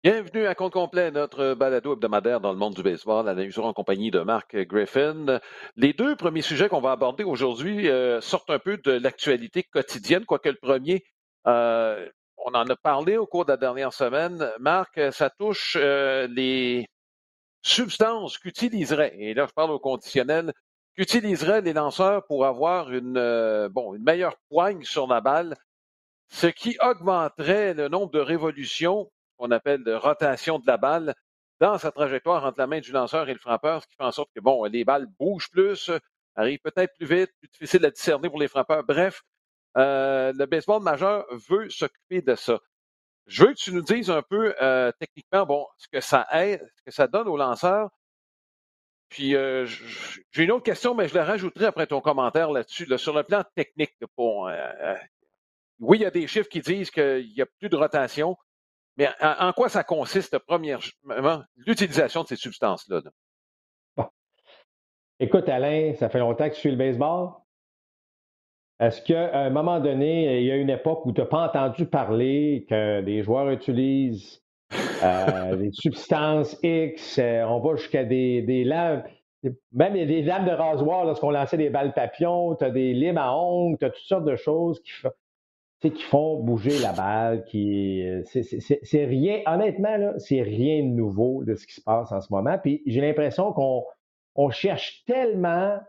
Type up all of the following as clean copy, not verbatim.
Bienvenue à Compte complet, notre balado hebdomadaire dans le monde du baseball. Analysons en compagnie de Mark Griffin. Les deux premiers sujets qu'on va aborder aujourd'hui sortent un peu de l'actualité quotidienne, quoique le premier, on en a parlé au cours de la dernière semaine. Marc, ça touche les substances qu'utiliseraient, et là je parle au conditionnel, qu'utiliseraient les lanceurs pour avoir une meilleure poigne sur la balle, ce qui augmenterait le nombre de révolutions, qu'on appelle de rotation de la balle, dans sa trajectoire entre la main du lanceur et le frappeur, ce qui fait en sorte que, les balles bougent plus, arrivent peut-être plus vite, plus difficile à discerner pour les frappeurs. Bref, le baseball majeur veut s'occuper de ça. Je veux que tu nous dises un peu, techniquement, ce que ça aide, ce que ça donne aux lanceurs. Puis, j'ai une autre question, mais je la rajouterai après ton commentaire là-dessus, là, sur le plan technique, là, oui, il y a des chiffres qui disent qu'il n'y a plus de rotation, mais en quoi ça consiste, premièrement, l'utilisation de ces substances-là? Là? Bon. Écoute, Alain, ça fait longtemps que tu suis le baseball. Est-ce qu'à un moment donné, il y a une époque où tu n'as pas entendu parler que des joueurs utilisent des substances X, on va jusqu'à des lames, même il y a des lames de rasoir lorsqu'on lançait des balles papillons, tu as des limes à ongles, tu as toutes sortes de choses qui font bouger la balle, c'est rien, honnêtement, là, c'est rien de nouveau de ce qui se passe en ce moment. Puis j'ai l'impression qu'on cherche tellement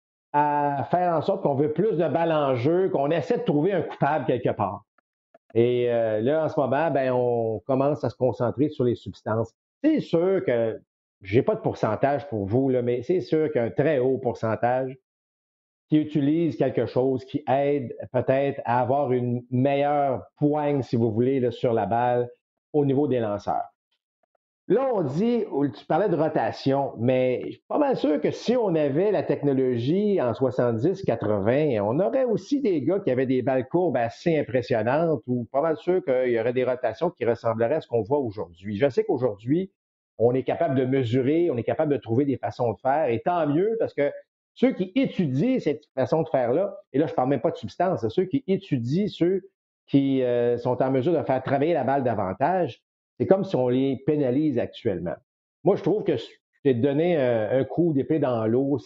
à faire en sorte qu'on veut plus de balles en jeu, qu'on essaie de trouver un coupable quelque part. Et là, en ce moment, on commence à se concentrer sur les substances. C'est sûr que j'ai pas de pourcentage pour vous, là, mais c'est sûr qu'un très haut pourcentage qui utilise quelque chose qui aide peut-être à avoir une meilleure poigne, si vous voulez, là, sur la balle au niveau des lanceurs. Là, on dit, tu parlais de rotation, mais je suis pas mal sûr que si on avait la technologie en 70-80, on aurait aussi des gars qui avaient des balles courbes assez impressionnantes ou pas mal sûr qu'il y aurait des rotations qui ressembleraient à ce qu'on voit aujourd'hui. Je sais qu'aujourd'hui, on est capable de mesurer, on est capable de trouver des façons de faire, et tant mieux parce que ceux qui étudient cette façon de faire-là, et là, je ne parle même pas de substance, ceux qui étudient, ceux qui sont en mesure de faire travailler la balle davantage, c'est comme si on les pénalise actuellement. Moi, je trouve que je t'ai donné un coup d'épée dans l'eau,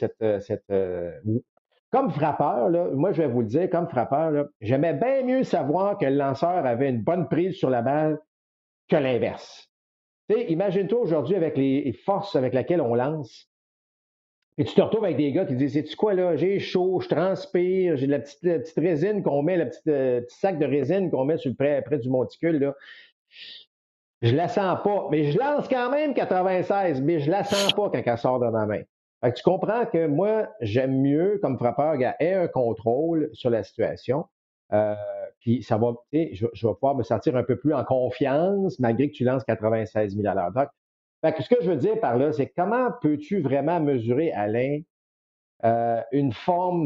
comme frappeur, là, moi, je vais vous le dire, comme frappeur, là, j'aimais bien mieux savoir que le lanceur avait une bonne prise sur la balle que l'inverse. Tu sais, imagine-toi aujourd'hui avec les forces avec lesquelles on lance, et tu te retrouves avec des gars qui disent, sais-tu quoi, là, j'ai chaud, je transpire, j'ai de la petite résine qu'on met, le petit sac de résine qu'on met sur près du monticule, là. Je la sens pas, mais je lance quand même 96, mais je la sens pas quand elle sort de ma main. Fait que tu comprends que moi, j'aime mieux, comme frappeur, ait un contrôle sur la situation. Euh, Puis ça va, je vais pouvoir me sentir un peu plus en confiance, malgré que tu lances 96 000 à l'heure. Donc, fait que ce que je veux dire par là, c'est comment peux-tu vraiment mesurer, Alain, une forme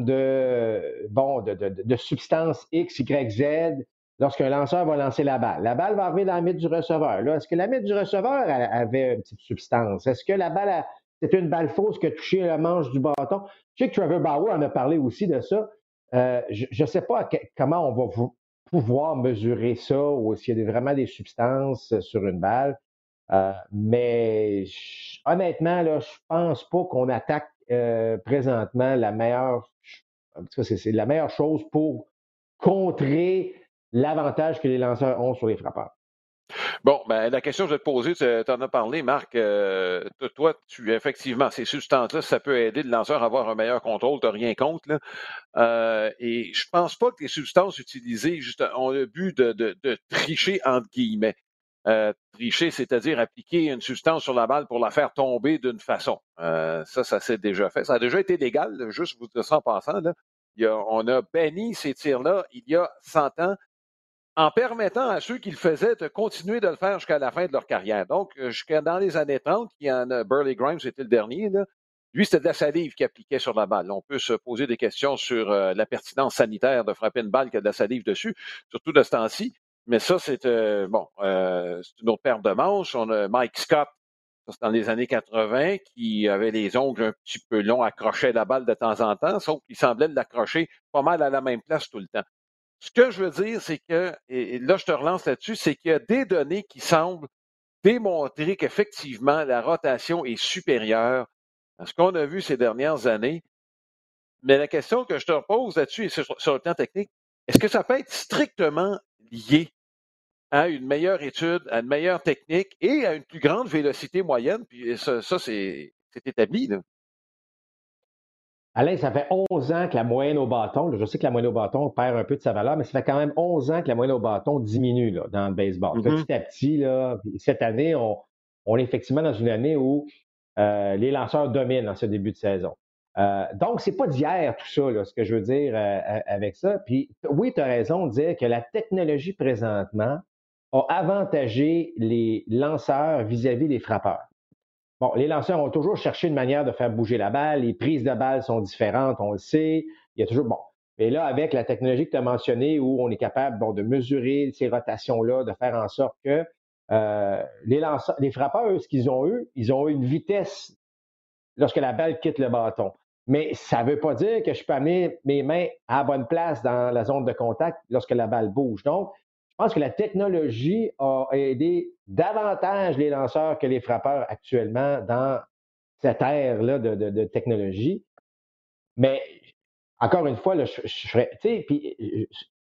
de substance X, Y, Z lorsqu'un lanceur va lancer la balle. La balle va arriver dans la mythe du receveur. Là, est-ce que la mythe du receveur avait une petite substance? Est-ce que la balle, c'était une balle fausse qui a touché la manche du bâton? Je sais que Trevor Bauer en a parlé aussi de ça. Je ne sais pas comment on va pouvoir mesurer ça ou s'il y a vraiment des substances sur une balle. Mais honnêtement, là, je pense pas qu'on attaque présentement la meilleure, en tout cas, c'est la meilleure chose pour contrer l'avantage que les lanceurs ont sur les frappeurs. Bon, la question que je vais te poser, tu en as parlé, Marc. Toi, effectivement, ces substances-là, ça peut aider le lanceur à avoir un meilleur contrôle, tu n'as rien contre, là. Et je pense pas que les substances utilisées juste, ont le but de tricher, entre guillemets. Tricher, c'est-à-dire appliquer une substance sur la balle pour la faire tomber d'une façon. Ça s'est déjà fait. Ça a déjà été légal, là, juste vous dire ça en passant. Là. On a banni ces tirs-là il y a 100 ans en permettant à ceux qui le faisaient de continuer de le faire jusqu'à la fin de leur carrière. Donc, jusqu'à dans les années 30, il y en a Burley Grimes, c'était le dernier, là. Lui, c'était de la salive qu'il appliquait sur la balle. On peut se poser des questions sur la pertinence sanitaire de frapper une balle qui a de la salive dessus, surtout de ce temps-ci. Mais ça, c'est c'est une autre paire de manches. On a Mike Scott, ça c'est dans les années 80, qui avait les ongles un petit peu longs, accrochait la balle de temps en temps, sauf qu'il semblait l'accrocher pas mal à la même place tout le temps. Ce que je veux dire, c'est que, et là, je te relance là-dessus, c'est qu'il y a des données qui semblent démontré qu'effectivement, la rotation est supérieure à ce qu'on a vu ces dernières années. Mais la question que je te repose là-dessus, et sur le plan technique, est-ce que ça peut être strictement lié à une meilleure étude, à une meilleure technique et à une plus grande vélocité moyenne? Puis ça c'est établi, là. Alain, ça fait 11 ans que la moyenne au bâton, là, je sais que la moyenne au bâton perd un peu de sa valeur, mais ça fait quand même 11 ans que la moyenne au bâton diminue là, dans le baseball. Mhm. Petit à petit, là, cette année, on est effectivement dans une année où les lanceurs dominent dans ce début de saison. Donc, c'est pas d'hier tout ça, là, ce que je veux dire avec ça. Puis, oui, tu as raison de dire que la technologie présentement a avantagé les lanceurs vis-à-vis des frappeurs. Bon, les lanceurs ont toujours cherché une manière de faire bouger la balle. Les prises de balle sont différentes, on le sait. Il y a toujours, bon. Et là, avec la technologie que tu as mentionnée, où on est capable de mesurer ces rotations-là, de faire en sorte que les frappeurs, eux, ce qu'ils ont eu, ils ont eu une vitesse lorsque la balle quitte le bâton. Mais ça ne veut pas dire que je peux amener mes mains à la bonne place dans la zone de contact lorsque la balle bouge. Donc, je pense que la technologie a aidé davantage les lanceurs que les frappeurs actuellement dans cette ère-là de technologie. Mais encore une fois, là, je ferais, tu sais, puis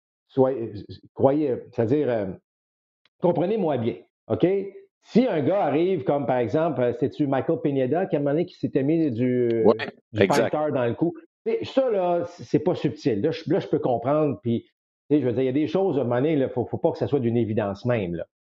croyez, c'est-à-dire, comprenez-moi bien, OK? Si un gars arrive comme, par exemple, c'est-tu Michael Pineda qui a demandé qu'il s'était mis Oui, du exact. fighter dans le cou? Ça, là, c'est pas subtil. Là, je peux comprendre. Puis, je veux dire, il y a des choses, à un moment donné, il ne faut pas que ça soit d'une évidence même. Là.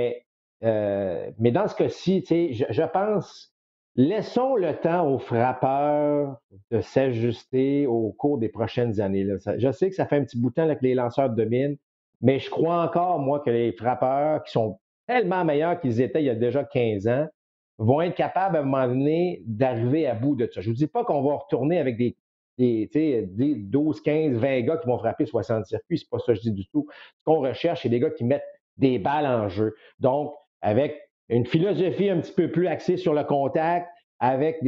Mais dans ce cas-ci, je pense, laissons le temps aux frappeurs de s'ajuster au cours des prochaines années. Là. Je sais que ça fait un petit bout de temps là, que les lanceurs dominent. Mais je crois encore, moi, que les frappeurs qui sont tellement meilleurs qu'ils étaient il y a déjà 15 ans vont être capables à un moment donné d'arriver à bout de ça. Je ne vous dis pas qu'on va retourner avec des 12, 15, 20 gars qui vont frapper 60 circuits. C'est pas ça que je dis du tout. Ce qu'on recherche, c'est des gars qui mettent des balles en jeu. Donc, avec une philosophie un petit peu plus axée sur le contact, avec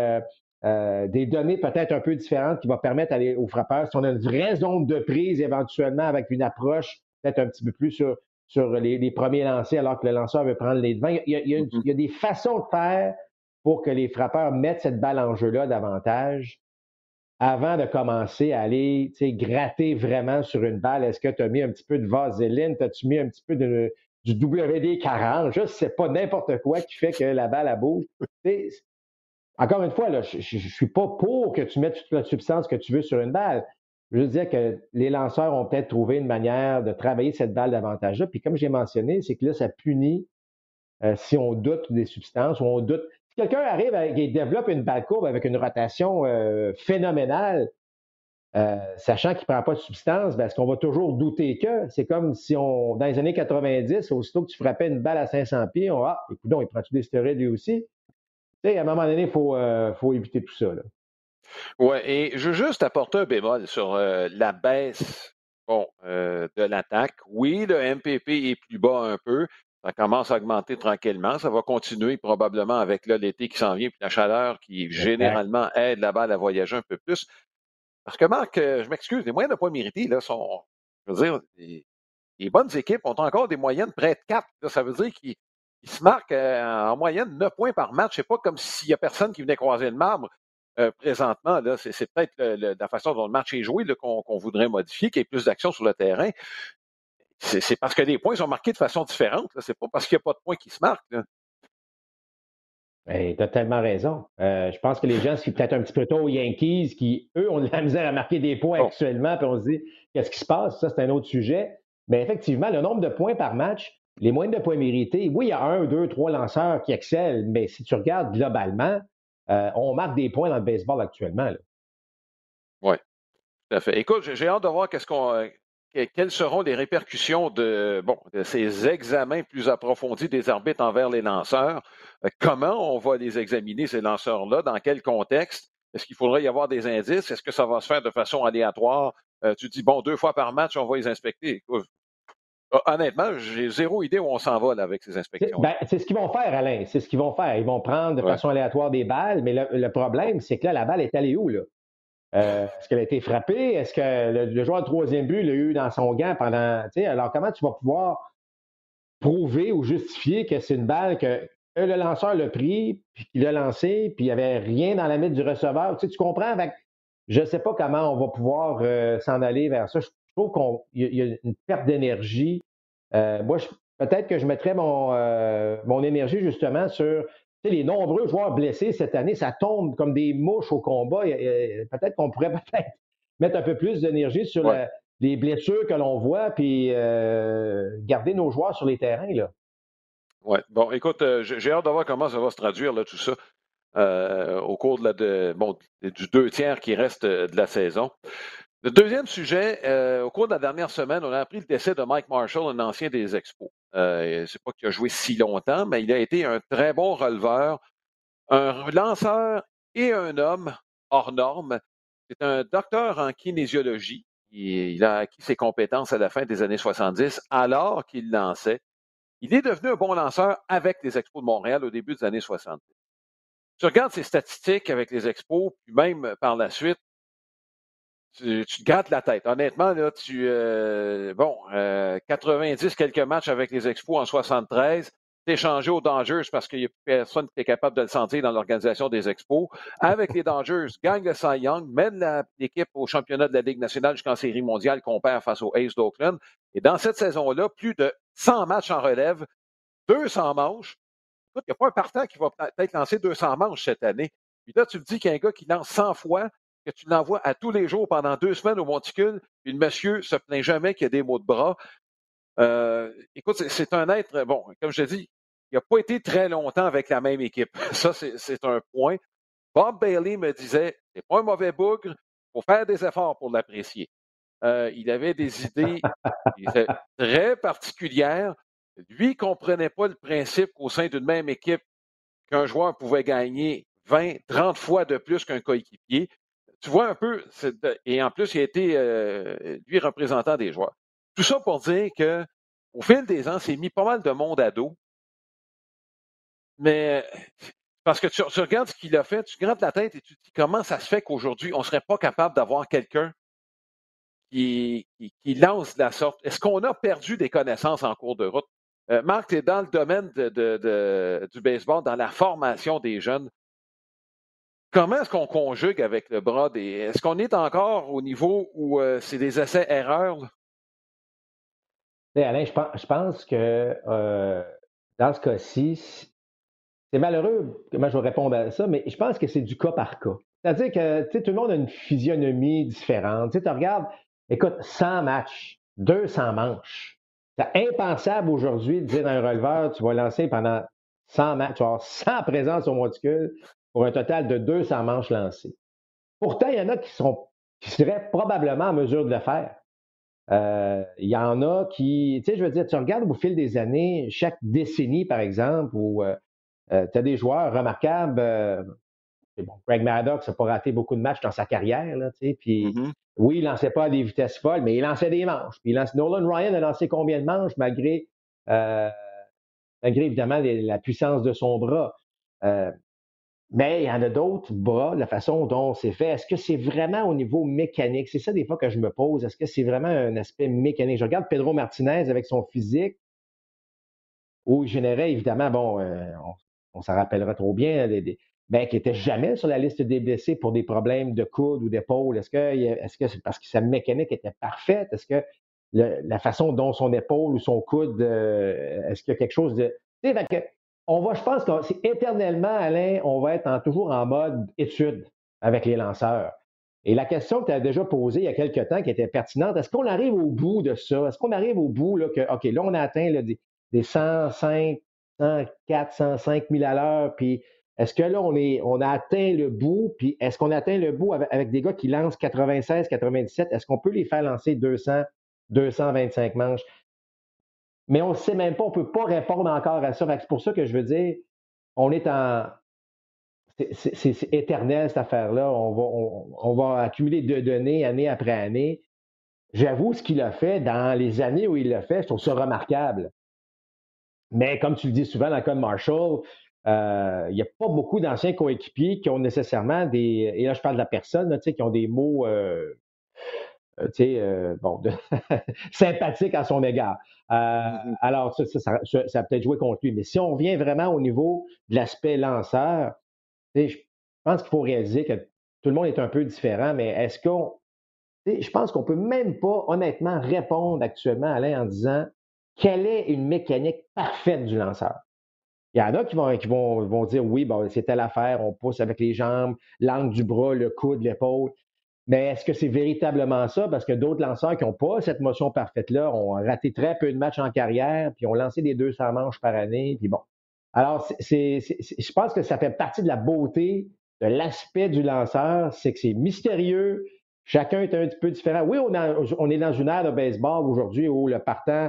des données peut-être un peu différentes qui vont permettre aux frappeurs, si on a une vraie zone de prise éventuellement avec une approche peut-être un petit peu plus sur les premiers lancers alors que le lanceur veut prendre les devants. Il y a des façons de faire pour que les frappeurs mettent cette balle en jeu-là davantage avant de commencer à aller gratter vraiment sur une balle. Est-ce que tu as mis un petit peu de vaseline? As-tu mis un petit peu du WD-40? Je ne sais pas, n'importe quoi qui fait que la balle, elle bouge. T'sais, encore une fois, là, je ne suis pas pour que tu mettes toute la substance que tu veux sur une balle. Je veux dire que les lanceurs ont peut-être trouvé une manière de travailler cette balle davantage-là. Puis comme j'ai mentionné, c'est que là, ça punit si on doute des substances ou on doute. Si quelqu'un arrive et développe une balle courbe avec une rotation phénoménale, sachant qu'il ne prend pas de substance, ben, est-ce qu'on va toujours douter que? C'est comme si dans les années 90, aussitôt que tu frappais une balle à 500 pieds, écoute, il prend-tu des stéroïdes lui aussi? Tu sais, à un moment donné, faut éviter tout ça. Là. Ouais, et je veux juste apporter un bémol sur la baisse de l'attaque. Oui, le MPP est plus bas un peu. Ça commence à augmenter tranquillement. Ça va continuer probablement avec l'été qui s'en vient, puis la chaleur qui Exact. généralement aide la balle à voyager un peu plus. Parce que Marc, je m'excuse, les moyens de points mérités là, sont, je veux dire, les bonnes équipes ont encore des moyennes près de 4. Là. Ça veut dire qu'ils se marquent en moyenne 9 points par match. C'est pas comme s'il y a personne qui venait croiser le marbre présentement. Là, c'est peut-être la façon dont le match est joué qu'on voudrait modifier, qu'il y ait plus d'action sur le terrain. C'est parce que les points sont marqués de façon différente. C'est pas parce qu'il n'y a pas de points qui se marquent. Là. Tu as tellement raison. Je pense que les gens se fient peut-être un petit peu tôt aux Yankees qui, eux, ont de la misère à marquer des points Bon. actuellement, puis on se dit, qu'est-ce qui se passe? Ça, c'est un autre sujet. Mais effectivement, le nombre de points par match, les moyennes de points mérités, oui, il y a un, deux, trois lanceurs qui excellent, mais si tu regardes globalement, on marque des points dans le baseball actuellement. Là. Oui, tout à fait. Écoute, j'ai hâte de voir quelles seront les répercussions de ces examens plus approfondis des arbitres envers les lanceurs. Comment on va les examiner, ces lanceurs-là? Dans quel contexte? Est-ce qu'il faudrait y avoir des indices? Est-ce que ça va se faire de façon aléatoire? Tu dis, 2 fois par match, on va les inspecter. Écoute, honnêtement, j'ai zéro idée où on s'en va là, avec ces inspections-là. C'est ce qu'ils vont faire, Alain. C'est ce qu'ils vont faire. Ils vont prendre de Ouais. façon aléatoire des balles, mais le problème, c'est que là, la balle est allée où, là? Est-ce qu'elle a été frappée? Est-ce que le joueur de troisième but l'a eu dans son gant pendant. Alors, comment tu vas pouvoir prouver ou justifier que c'est une balle que le lanceur l'a pris, puis qu'il l'a lancé, puis il n'y avait rien dans la mythe du receveur. Tu comprends? Fait que je ne sais pas comment on va pouvoir s'en aller vers ça. Je trouve qu'il y a une perte d'énergie. Moi, peut-être que je mettrais mon énergie justement sur les nombreux joueurs blessés cette année. Ça tombe comme des mouches au combat. Peut-être qu'on pourrait peut-être mettre un peu plus d'énergie sur Ouais. les blessures que l'on voit, puis garder nos joueurs sur les terrains, là. Ouais. Bon, écoute, j'ai hâte de voir comment ça va se traduire, là, tout ça, au cours du 2 tiers qui reste de la saison. Le deuxième sujet, au cours de la dernière semaine, on a appris le décès de Mike Marshall, un ancien des Expos. C'est pas qu'il a joué si longtemps, mais il a été un très bon releveur, un lanceur et un homme hors norme. C'est un docteur en kinésiologie. Il a acquis ses compétences à la fin des années 70 alors qu'il lançait. Il est devenu un bon lanceur avec les Expos de Montréal au début des années 70. Tu regardes ses statistiques avec les Expos, puis même par la suite, tu te grattes la tête. Honnêtement, là, 90 quelques matchs avec les Expos en 73, t'es changé aux Dangers parce qu'il n'y a plus personne qui est capable de le sentir dans l'organisation des Expos. Avec les Dangers, gagne le Cy Young, mène l'équipe au championnat de la Ligue nationale jusqu'en série mondiale qu'on perd face aux Aces d'Oakland. Et dans cette saison-là, plus de 100 matchs en relève, 200 manches. Écoute, il n'y a pas un partant qui va peut-être lancer 200 manches cette année. Puis là, tu me dis qu'il y a un gars qui lance 100 fois, que tu l'envoies à tous les jours pendant 2 semaines au monticule, puis le monsieur se plaint jamais qu'il y a des maux de bras. Écoute, c'est un être, bon, comme je te dis, il n'a pas été très longtemps avec la même équipe. Ça, c'est un point. Bob Bailey me disait, c'est pas un mauvais bougre, il faut faire des efforts pour l'apprécier. Il avait des idées très particulières. Lui, il ne comprenait pas le principe qu'au sein d'une même équipe, qu'un joueur pouvait gagner 20, 30 fois de plus qu'un coéquipier. Tu vois un peu, et en plus, il a été, lui, représentant des joueurs. Tout ça pour dire que au fil des ans, c'est mis pas mal de monde à dos. Mais parce que tu regardes ce qu'il a fait, tu grattes la tête et tu te dis comment ça se fait qu'aujourd'hui, on ne serait pas capable d'avoir quelqu'un qui lance de la sorte. Est-ce qu'on a perdu des connaissances en cours de route? Marc, tu es dans le domaine du baseball, dans la formation des jeunes. Comment est-ce qu'on conjugue avec le bras des. Est-ce qu'on est encore au niveau où c'est des essais-erreurs? Alain, je pense que dans ce cas-ci, c'est malheureux comment je vais répondre à ça, mais je pense que c'est du cas par cas. C'est-à-dire que tout le monde a une physionomie différente. Tu regardes, écoute, 100 matchs, 200 manches. C'est impensable aujourd'hui de dire à un releveur, tu vas lancer pendant 100 matchs, tu vas avoir 100 présences au monticule pour un total de 200 manches lancées. Pourtant, il y en a qui seraient probablement en mesure de le faire. Il y en a qui, tu sais, je veux dire, tu regardes au fil des années, chaque décennie, par exemple, où tu as des joueurs remarquables. Bon, Greg Maddox n'a pas raté beaucoup de matchs dans sa carrière, là, tu sais, puis Mm-hmm. oui, il lançait pas à des vitesses folles, mais il lançait des manches. Puis Nolan Ryan a lancé combien de manches euh, malgré évidemment la puissance de son bras. Mais il y en a d'autres bras, la façon dont c'est fait. Est-ce que c'est vraiment au niveau mécanique? C'est ça des fois que je me pose. Est-ce que c'est vraiment un aspect mécanique? Je regarde Pedro Martinez avec son physique, où il générait évidemment, bon, on s'en rappellera trop bien, ben, qui n'était jamais sur la liste des blessés pour des problèmes de coude ou d'épaule. Est-ce que c'est parce que sa mécanique était parfaite? Est-ce que la façon dont son épaule ou son coude, est-ce qu'il y a quelque chose de. Tu sais, je pense que c'est éternellement, Alain, on va être toujours en mode étude avec les lanceurs. Et la question que tu as déjà posée il y a quelques temps, qui était pertinente, est-ce qu'on arrive au bout de ça? Est-ce qu'on arrive au bout, là, que, OK, là, on a atteint là, des 105, 104, 105 000 à l'heure, puis est-ce que là, on a atteint le bout, puis est-ce qu'on a atteint le bout avec des gars qui lancent 96, 97, est-ce qu'on peut les faire lancer 200, 225 manches? Mais on ne sait même pas, on ne peut pas répondre encore à ça. C'est pour ça que je veux dire, on est en. C'est éternel, cette affaire-là. On va accumuler de données année après année. J'avoue, ce qu'il a fait dans les années où il l'a fait, je trouve ça remarquable. Mais comme tu le dis souvent dans le cas de Marshall, il n'y a pas beaucoup d'anciens coéquipiers qui ont nécessairement et là je parle de la personne, là, qui ont des mots bon, sympathique à son égard. Mhm. Alors, ça a peut-être joué contre lui. Mais si on revient vraiment au niveau de l'aspect lanceur, je pense qu'il faut réaliser que tout le monde est un peu différent, mais est-ce qu'on. Je pense qu'on peut même pas, honnêtement, répondre actuellement, Alain, en disant quelle est une mécanique parfaite du lanceur. Il y en a qui vont dire oui, bon, c'est telle affaire, on pousse avec les jambes, l'angle du bras, le coude, l'épaule. Mais est-ce que c'est véritablement ça? Parce que d'autres lanceurs qui n'ont pas cette motion parfaite-là ont raté très peu de matchs en carrière, puis ont lancé des 200 manches par année, puis bon. Alors, je pense que ça fait partie de la beauté, de l'aspect du lanceur, c'est que c'est mystérieux, chacun est un petit peu différent. Oui, on est dans une ère de baseball aujourd'hui où le partant,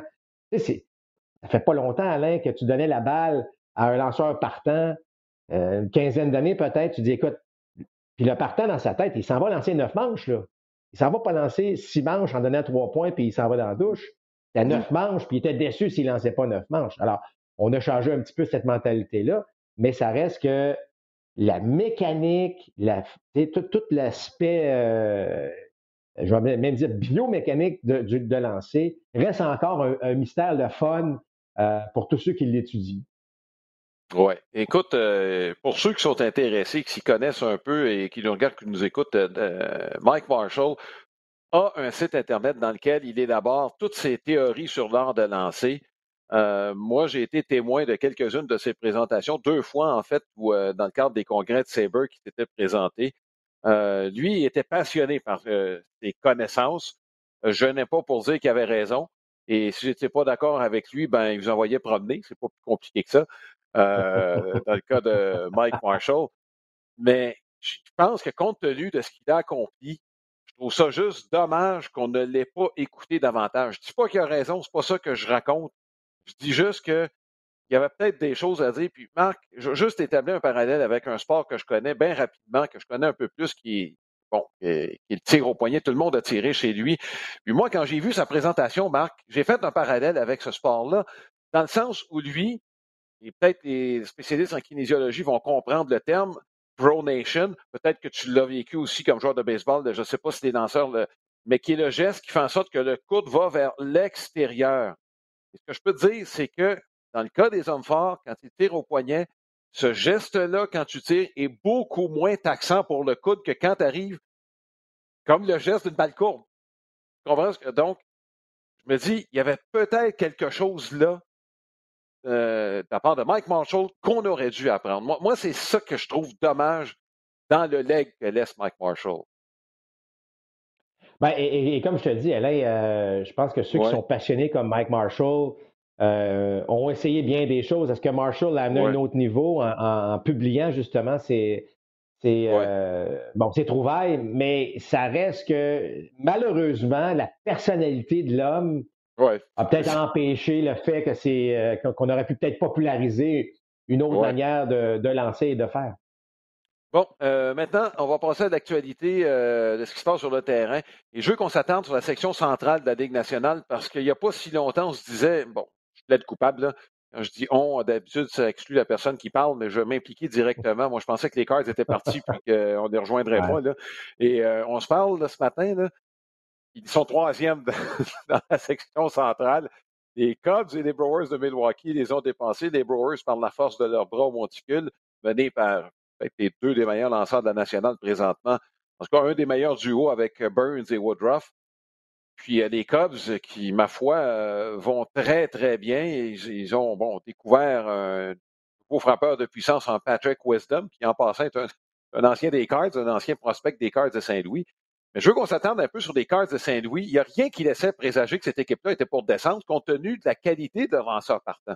ça fait pas longtemps, Alain, que tu donnais la balle à un lanceur partant, une quinzaine d'années peut-être, tu dis, écoute, puis le partant dans sa tête, il s'en va lancer 9 manches, là. Il s'en va pas lancer 6 manches en donnant 3 points, puis il s'en va dans la douche. Il a Mhm. 9 manches, puis il était déçu s'il lançait pas 9 manches. Alors, on a changé un petit peu cette mentalité-là, mais ça reste que la mécanique, tout l'aspect, je vais même dire biomécanique de lancer, reste encore un mystère de fun pour tous ceux qui l'étudient. Ouais. Écoute, pour ceux qui sont intéressés, qui s'y connaissent un peu et qui nous regardent, qui nous écoutent, Mike Marshall a un site Internet dans lequel il élabore toutes ses théories sur l'art de lancer. Moi, j'ai été témoin de quelques-unes de ses présentations, 2 fois en fait, où, dans le cadre des congrès de Sabre qui s'étaient présentés. Lui, il était passionné par ses connaissances. Je n'ai pas pour dire qu'il avait raison. Et si j'étais pas d'accord avec lui, ben, il vous envoyait promener. C'est pas plus compliqué que ça. Dans le cas de Mike Marshall. Mais je pense que compte tenu de ce qu'il a accompli, je trouve ça juste dommage qu'on ne l'ait pas écouté davantage. Je dis pas qu'il a raison, c'est pas ça que je raconte. Je dis juste que il y avait peut-être des choses à dire. Puis Marc, je veux juste établir un parallèle avec un sport que je connais bien rapidement, que je connais un peu plus, qui est bon, qui est le tir au poignet. Tout le monde a tiré chez lui. Puis moi, quand j'ai vu sa présentation, Marc, j'ai fait un parallèle avec ce sport-là, dans le sens où lui, et peut-être les spécialistes en kinésiologie vont comprendre le terme pronation. Peut-être que tu l'as vécu aussi comme joueur de baseball, je ne sais pas si les danseurs, mais qui est le geste qui fait en sorte que le coude va vers l'extérieur. Et ce que je peux te dire, c'est que dans le cas des hommes forts, quand ils tirent au poignet, ce geste-là, quand tu tires, est beaucoup moins taxant pour le coude que quand tu arrives comme le geste d'une balle courbe. Tu comprends? Donc, je me dis, il y avait peut-être quelque chose là de la part de Mike Marshall qu'on aurait dû apprendre. Moi, c'est ça que je trouve dommage dans le leg que laisse Mike Marshall. Ben, et comme je te dis, Alain, je pense que ceux qui Oui, sont passionnés comme Mike Marshall ont essayé bien des choses. Est-ce que Marshall l'a amené à oui, un autre niveau en publiant justement oui, bon, ses trouvailles, mais ça reste que malheureusement, la personnalité de l'homme oui. a peut-être empêché le fait que qu'on aurait pu peut-être populariser une autre Ouais. manière de lancer et de faire. Bon, maintenant, on va passer à l'actualité de ce qui se passe sur le terrain. Et je veux qu'on s'attarde sur la section centrale de la Ligue nationale parce qu'il n'y a pas si longtemps, on se disait, bon, je plaide coupable, là. Quand je dis on, d'habitude, ça exclut la personne qui parle, mais je vais m'impliquer directement. Moi, je pensais que les Cards étaient partis puis qu'on ne les rejoindrait Ouais. pas, là. Et on se parle là, ce matin, là. Ils sont troisièmes dans la section centrale. Les Cubs et les Brewers de Milwaukee les ont dépassés. Les Brewers, par la force de leurs bras au monticule, menés par peut-être les deux des meilleurs lanceurs de la nationale présentement. En tout cas, un des meilleurs duos avec Burns et Woodruff. Puis les Cubs qui, ma foi, vont très, très bien. Ils ont bon, découvert un nouveau frappeur de puissance en Patrick Wisdom, qui en passant est un ancien des Cards, un ancien prospect des Cards de Saint-Louis. Mais je veux qu'on s'attarde un peu sur les Cards de Saint-Louis. Il n'y a rien qui laissait présager que cette équipe-là était pour descendre, compte tenu de la qualité de lanceur partant.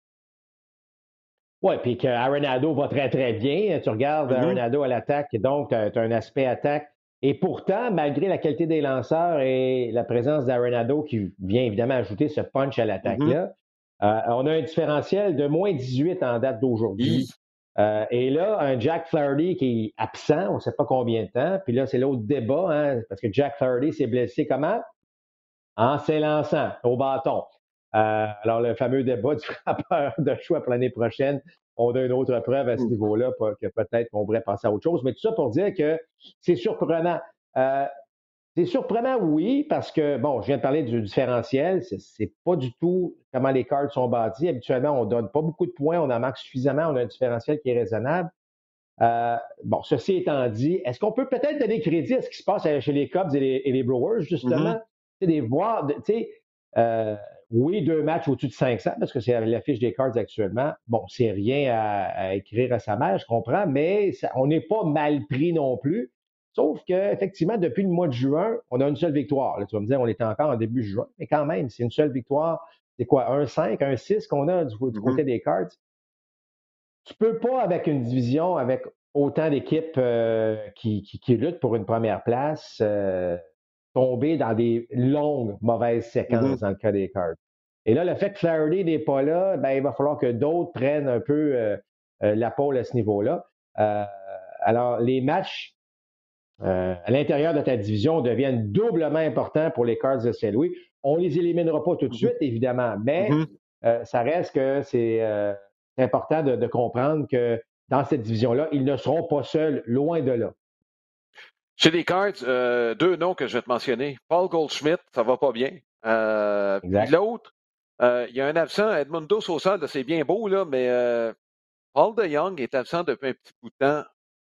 Oui, puis que Arenado va très, très bien. Tu regardes Mhm, Arenado à l'attaque, donc tu as un aspect attaque. Et pourtant, malgré la qualité des lanceurs et la présence d'Arenado qui vient évidemment ajouter ce punch à mhm. l'attaque-là, on a un différentiel de -18 en date Hi. d'aujourd'hui. Et là, un Jack Flaherty qui est absent, on ne sait pas combien de temps. Puis là, c'est l'autre débat, hein, parce que Jack Flaherty s'est blessé comment? En s'élançant au bâton. Alors, le fameux débat du frappeur de choix pour l'année prochaine, on a une autre preuve à ce niveau-là que peut-être qu'on pourrait passer à autre chose. Mais tout ça pour dire que c'est surprenant. Euh, C'est surprenant, oui, parce que, bon, je viens de parler du différentiel. C'est pas du tout comment les cards sont bâtis. Habituellement, on donne pas beaucoup de points, on en manque suffisamment, on a un différentiel qui est raisonnable. Bon, ceci étant dit, est-ce qu'on peut peut-être donner crédit à ce qui se passe chez les Cubs et les Brewers, justement? Mhm. Tu sais, des voir, tu sais, oui, 2 matchs au-dessus de 500, parce que c'est l'affiche des Cards actuellement. Bon, c'est rien à écrire à sa mère, je comprends, mais on n'est pas mal pris non plus. Sauf qu'effectivement, depuis le mois de juin, on a une seule victoire. Là, tu vas me dire, on est encore en début juin, mais quand même, c'est une seule victoire. C'est quoi, 1-5, 1-6 qu'on a du Mhm. côté des Cards? Tu peux pas, avec une division, avec autant d'équipes qui luttent pour une première place, tomber dans des longues mauvaises Mhm. séquences dans le cas des Cards. Et là, le fait que Flaherty n'est pas là, ben, il va falloir que d'autres prennent un peu la pôle à ce niveau-là. Euh, alors, les matchs à l'intérieur de ta division deviennent doublement importants pour les Cards de Saint-Louis. On les éliminera pas tout de Mhm. suite, évidemment, mais Mhm. ça reste que c'est important de comprendre que dans cette division-là, ils ne seront pas seuls, loin de là. Chez les Cards, deux noms que je vais te mentionner. Paul Goldschmidt, ça va pas bien. Puis Exact. l'autre, il y a un absent, Edmundo Sosa, là, c'est bien beau, là, mais Paul DeJong est absent depuis un petit bout de temps.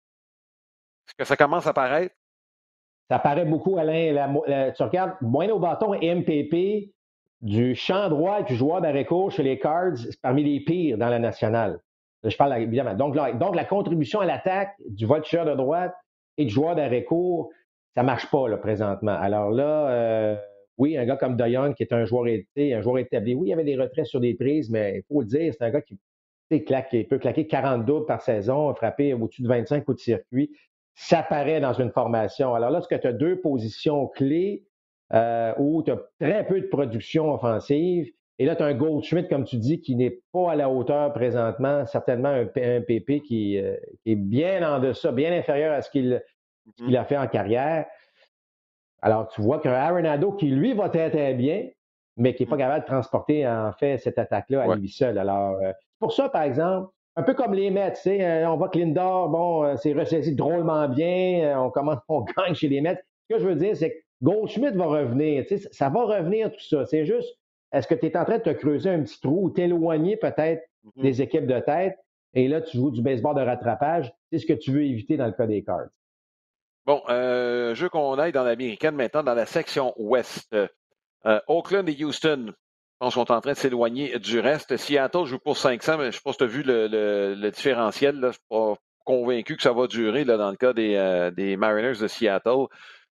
Est-ce que ça commence à paraître? Ça paraît beaucoup, Alain. Tu regardes Bueno Bâton et MPP du champ droit et du joueur d'arrêt court chez les Cards, c'est parmi les pires dans la nationale. Je parle évidemment. Donc, la contribution à l'attaque du voltigeur de droite et du joueur d'arrêt court, ça marche pas là, présentement. Alors là, oui, un gars comme De Jong, qui est un joueur établi, oui, il y avait des retraits sur des prises, mais il faut le dire, c'est un gars qui il peut claquer 40 doubles par saison, frapper au-dessus de 25 coups de circuit. Ça paraît dans une formation. Alors, lorsque tu as deux positions clés où tu as très peu de production offensive, et là, tu as un Goldschmidt, comme tu dis, qui n'est pas à la hauteur présentement, certainement un PP qui est bien en deçà, bien inférieur à ce Mhm. qu'il a fait en carrière. Alors, tu vois qu'un Arenado qui, lui, va très, très bien, mais qui n'est pas Mhm. capable de transporter, en fait, cette attaque-là à Ouais. lui seul. Alors, c'est pour ça, par exemple, un peu comme les Mets, tu sais, on voit que Lindor, bon, c'est ressaisi drôlement bien, on gagne chez les Mets. Ce que je veux dire, c'est que Goldschmidt va revenir, tu sais, ça va revenir tout ça. C'est juste, est-ce que tu es en train de te creuser un petit trou ou t'éloigner peut-être Mhm. des équipes de tête, et là, tu joues du baseball de rattrapage, c'est ce que tu veux éviter dans le cas des Cards. Bon, je veux qu'on aille dans l'américaine maintenant, dans la section ouest. Oakland et Houston, je pense qu'on est en train de s'éloigner du reste. Seattle joue pour 500, mais je ne sais pas si tu as vu le différentiel. Là. Je ne suis pas convaincu que ça va durer là, dans le cas des Mariners de Seattle.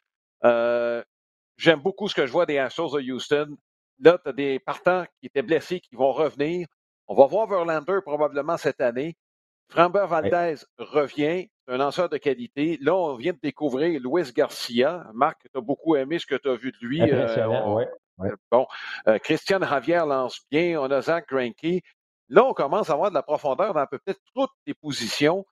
Euh, J'aime beaucoup ce que je vois des Astros de Houston. Là, tu as des partants qui étaient blessés qui vont revenir. On va voir Verlander probablement cette année. Framber Oui, Valdez revient, un lanceur de qualité. Là, on vient de découvrir Luis Garcia. Marc, tu as beaucoup aimé ce que tu as vu de lui. impressionnant, oui. Ouais. Bon, Christian Javier lance bien. On a Zach Greinke. Là, on commence à avoir de la profondeur dans peut-être toutes les positions.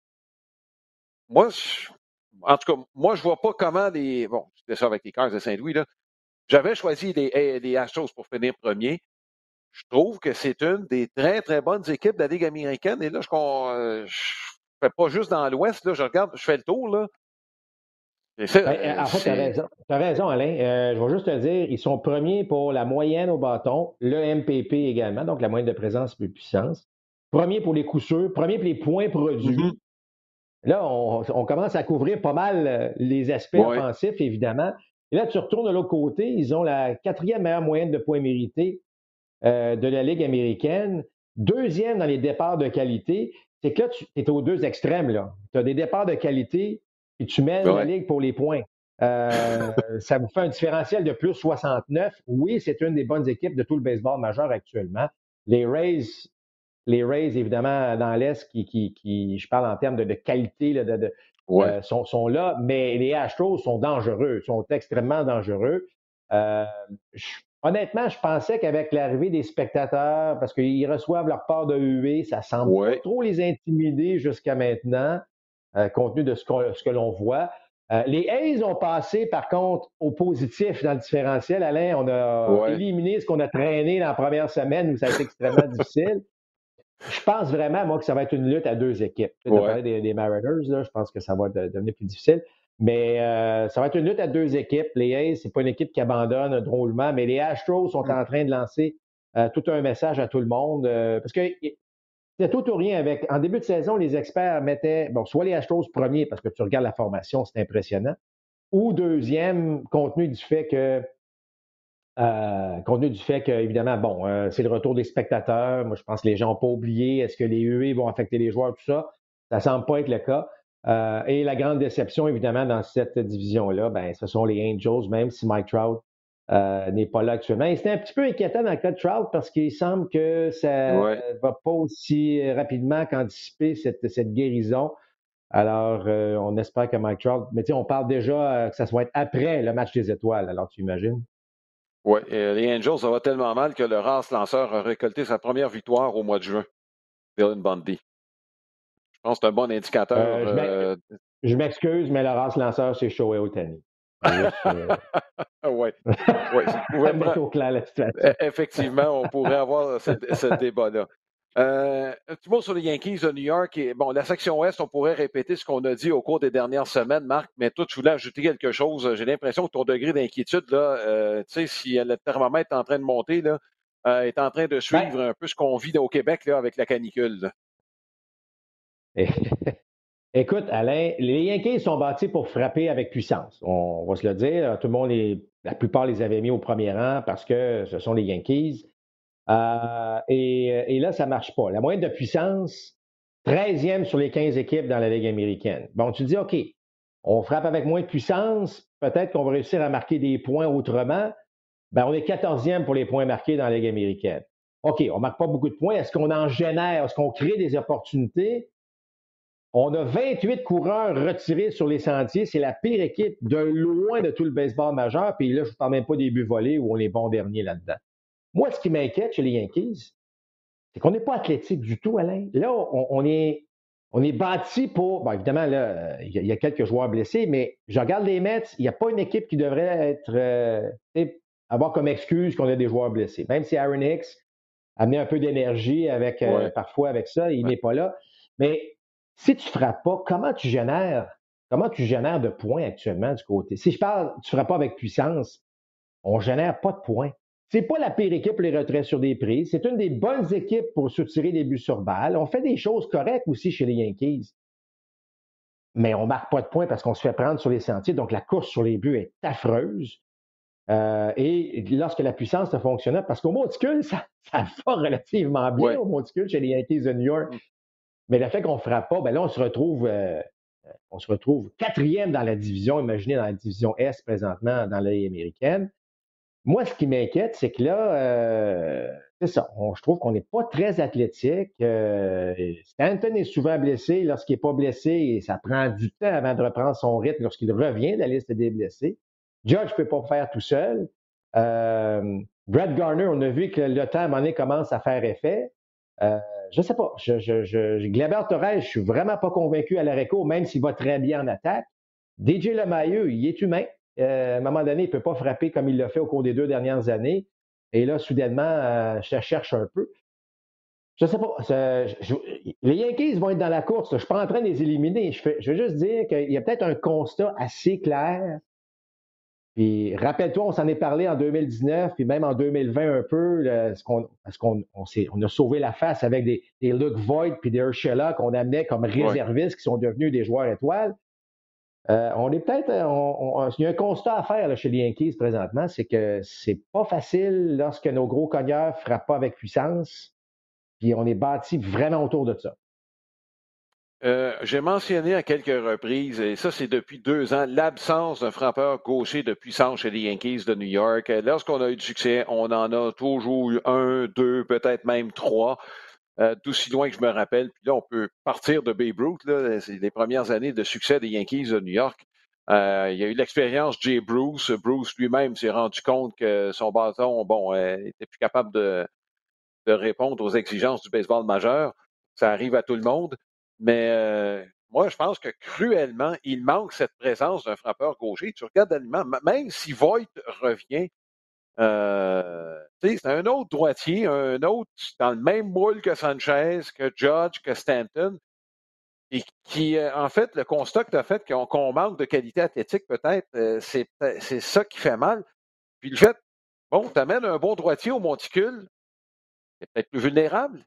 Moi, en tout cas, moi, je vois pas comment les. Bon, c'était ça avec les Cars de Saint-Louis, là. J'avais choisi les Astros pour finir premier. Je trouve que c'est une des très, très bonnes équipes de la Ligue américaine. Et là, je fais pas juste dans l'Ouest, là, je regarde, je fais le tour, là. Et ça, Ben, en fait, tu as c'est. raison. Tu as raison, Alain. Je vais juste te dire, ils sont premiers pour la moyenne au bâton, le MPP également, donc la moyenne de présence et de puissance. Premier pour les coups sûrs, premier pour les points Mhm. produits. Là, on commence à couvrir pas mal les aspects Oui, offensifs, évidemment. Et là, tu retournes de l'autre côté, ils ont la quatrième meilleure moyenne de points mérités de la Ligue américaine. Deuxième dans les départs de qualité. C'est que là, tu es aux deux extrêmes. Tu as des départs de qualité et tu mènes la oui, Ligue pour les points. Ça vous fait un différentiel de plus 69. Oui, c'est une des bonnes équipes de tout le baseball majeur actuellement. Les Rays, évidemment, dans l'Est, je parle en termes de qualité, là, oui. sont là, mais les Astros sont dangereux, sont extrêmement dangereux. Euh, Honnêtement, je pensais qu'avec l'arrivée des spectateurs, parce qu'ils reçoivent leur part de huée, ça semble pas Oui, trop les intimider jusqu'à maintenant, compte tenu de ce que l'on voit. Les A's ont passé, par contre, au positif dans le différentiel. Alain, on a oui. éliminé ce qu'on a traîné dans la première semaine où ça a été extrêmement difficile. Je pense vraiment, moi, que ça va être une lutte à deux équipes. Tu as Ouais. parlé des Mariners, là, je pense que ça va devenir plus difficile. Mais ça va être une lutte à deux équipes. Les A's, c'est pas une équipe qui abandonne drôlement, mais les Astros sont en train de lancer tout un message à tout le monde. Parce que c'est tout ou rien avec. En début de saison, les experts mettaient, bon, soit les Astros premier, parce que tu regardes la formation, c'est impressionnant, ou deuxième, compte tenu du fait que, évidemment, bon, c'est le retour des spectateurs. Moi, je pense que les gens n'ont pas oublié. Est-ce que les huées vont affecter les joueurs, tout ça? Ça semble pas être le cas. Et la grande déception, évidemment, dans cette division-là, ben, ce sont les Angels, même si Mike Trout n'est pas là actuellement. Et c'était un petit peu inquiétant dans le cas de Trout parce qu'il semble que ça Ouais. va pas aussi rapidement qu'anticiper cette guérison. Alors, on espère que Mike Trout, mais tu sais, on parle déjà que ça va être après le match des étoiles, alors tu imagines? Ouais. Les Angels, ça va tellement mal que le race lanceur a récolté sa première victoire au mois de juin. Dylan Bundy. Je pense que c'est un bon indicateur. Je m'excuse, mais le race lanceur, c'est Shohei Ohtani. Juste Oui. Ouais. Si tu pouvais mettre prendre. au clair la situation. Effectivement, on pourrait avoir ce débat-là. Un petit mot sur les Yankees de New York. Bon, la section Ouest, on pourrait répéter ce qu'on a dit au cours des dernières semaines, Marc, mais toi, tu voulais ajouter quelque chose. J'ai l'impression que ton degré d'inquiétude, là, tu sais, si le thermomètre est en train de monter, là, est en train de Ben, suivre un peu ce qu'on vit au Québec là, avec la canicule. Là. écoute, Alain, les Yankees sont bâtis pour frapper avec puissance. On va se le dire. Tout le monde, la plupart les avait mis au premier rang parce que ce sont les Yankees. Et là, ça ne marche pas. La moyenne de puissance, 13e sur les 15 équipes dans la Ligue américaine. Bon, tu dis, OK, on frappe avec moins de puissance, peut-être qu'on va réussir à marquer des points autrement. Ben, on est 14e pour les points marqués dans la Ligue américaine. OK, on ne marque pas beaucoup de points. Est-ce qu'on en génère? Est-ce qu'on crée des opportunités? On a 28 coureurs retirés sur les sentiers. C'est la pire équipe de loin de tout le baseball majeur. Puis là, je ne parle même pas des buts volés où on est bon dernier là-dedans. Moi, ce qui m'inquiète chez les Yankees, c'est qu'on n'est pas athlétique du tout, Alain. Là, on est bâti pour. Bon, évidemment, là, il y a quelques joueurs blessés, mais je regarde les Mets, il n'y a pas une équipe qui devrait avoir comme excuse qu'on a des joueurs blessés. Même si Aaron Hicks a amené un peu d'énergie Ouais. parfois avec ça, il Ouais. n'est pas là. Mais si tu ne frappes pas, comment tu génères de points actuellement du côté? Si je parle, tu ne frappes pas avec puissance, on ne génère pas de points. C'est pas la pire équipe pour les retraits sur des prises. C'est une des bonnes équipes pour soutirer des buts sur balle. On fait des choses correctes aussi chez les Yankees. Mais on ne marque pas de points parce qu'on se fait prendre sur les sentiers. Donc, la course sur les buts est affreuse. Et lorsque la puissance ne fonctionne pas, parce qu'au monticule, ça va relativement bien Ouais. au monticule chez les Yankees de New York. Mais le fait qu'on ne frappe pas, ben là, on se retrouve quatrième dans la division. Imaginez dans la division Est présentement dans la Ligue américaine. Moi, ce qui m'inquiète, c'est que là, c'est ça. Je trouve qu'on n'est pas très athlétique. Stanton est souvent blessé. Lorsqu'il n'est pas blessé, ça prend du temps avant de reprendre son rythme lorsqu'il revient de la liste des blessés. Judge ne peut pas faire tout seul. Brett Garner, on a vu que le temps, à un moment donné, commence à faire effet. Je ne sais pas. Gleyber Torres, je ne suis vraiment pas convaincu à l'aréco, même s'il va très bien en attaque. DJ Lemayeux, il est humain. À un moment donné, il ne peut pas frapper comme il l'a fait au cours des 2 dernières années. Et là, soudainement, je cherche un peu. Je ne sais pas. Les Yankees vont être dans la course. Je ne suis pas en train de les éliminer. Je veux juste dire qu'il y a peut-être un constat assez clair. Puis rappelle-toi, on s'en est parlé en 2019, puis même en 2020 un peu, parce qu'on on a sauvé la face avec des Luke Voigt puis des Urshela qu'on amenait comme Ouais. réservistes qui sont devenus des joueurs étoiles. On est peut-être. Il y a un constat à faire là, chez les Yankees présentement, c'est que c'est pas facile lorsque nos gros cogneurs ne frappent pas avec puissance. Puis on est bâti vraiment autour de ça. J'ai mentionné à quelques reprises, et ça c'est depuis 2 ans, l'absence d'un frappeur gaucher de puissance chez les Yankees de New York. Lorsqu'on a eu du succès, on en a toujours eu un, deux, peut-être même trois, d'aussi loin que je me rappelle. Puis là, on peut partir de Babe Ruth, là, c'est les premières années de succès des Yankees de New York. Il y a eu l'expérience Jay Bruce. Bruce lui-même s'est rendu compte que son bâton, bon, était plus capable de répondre aux exigences du baseball majeur. Ça arrive à tout le monde. Mais moi, je pense que cruellement, il manque cette présence d'un frappeur gaucher. Tu regardes l'aliment, même si Voigt revient, c'est un autre droitier, un autre dans le même moule que Sanchez, que Judge, que Stanton. Et qui, en fait, le constat que tu as fait qu'on manque de qualité athlétique, peut-être, c'est ça qui fait mal. Puis le fait, bon, tu amènes un bon droitier au monticule, c'est peut-être plus vulnérable.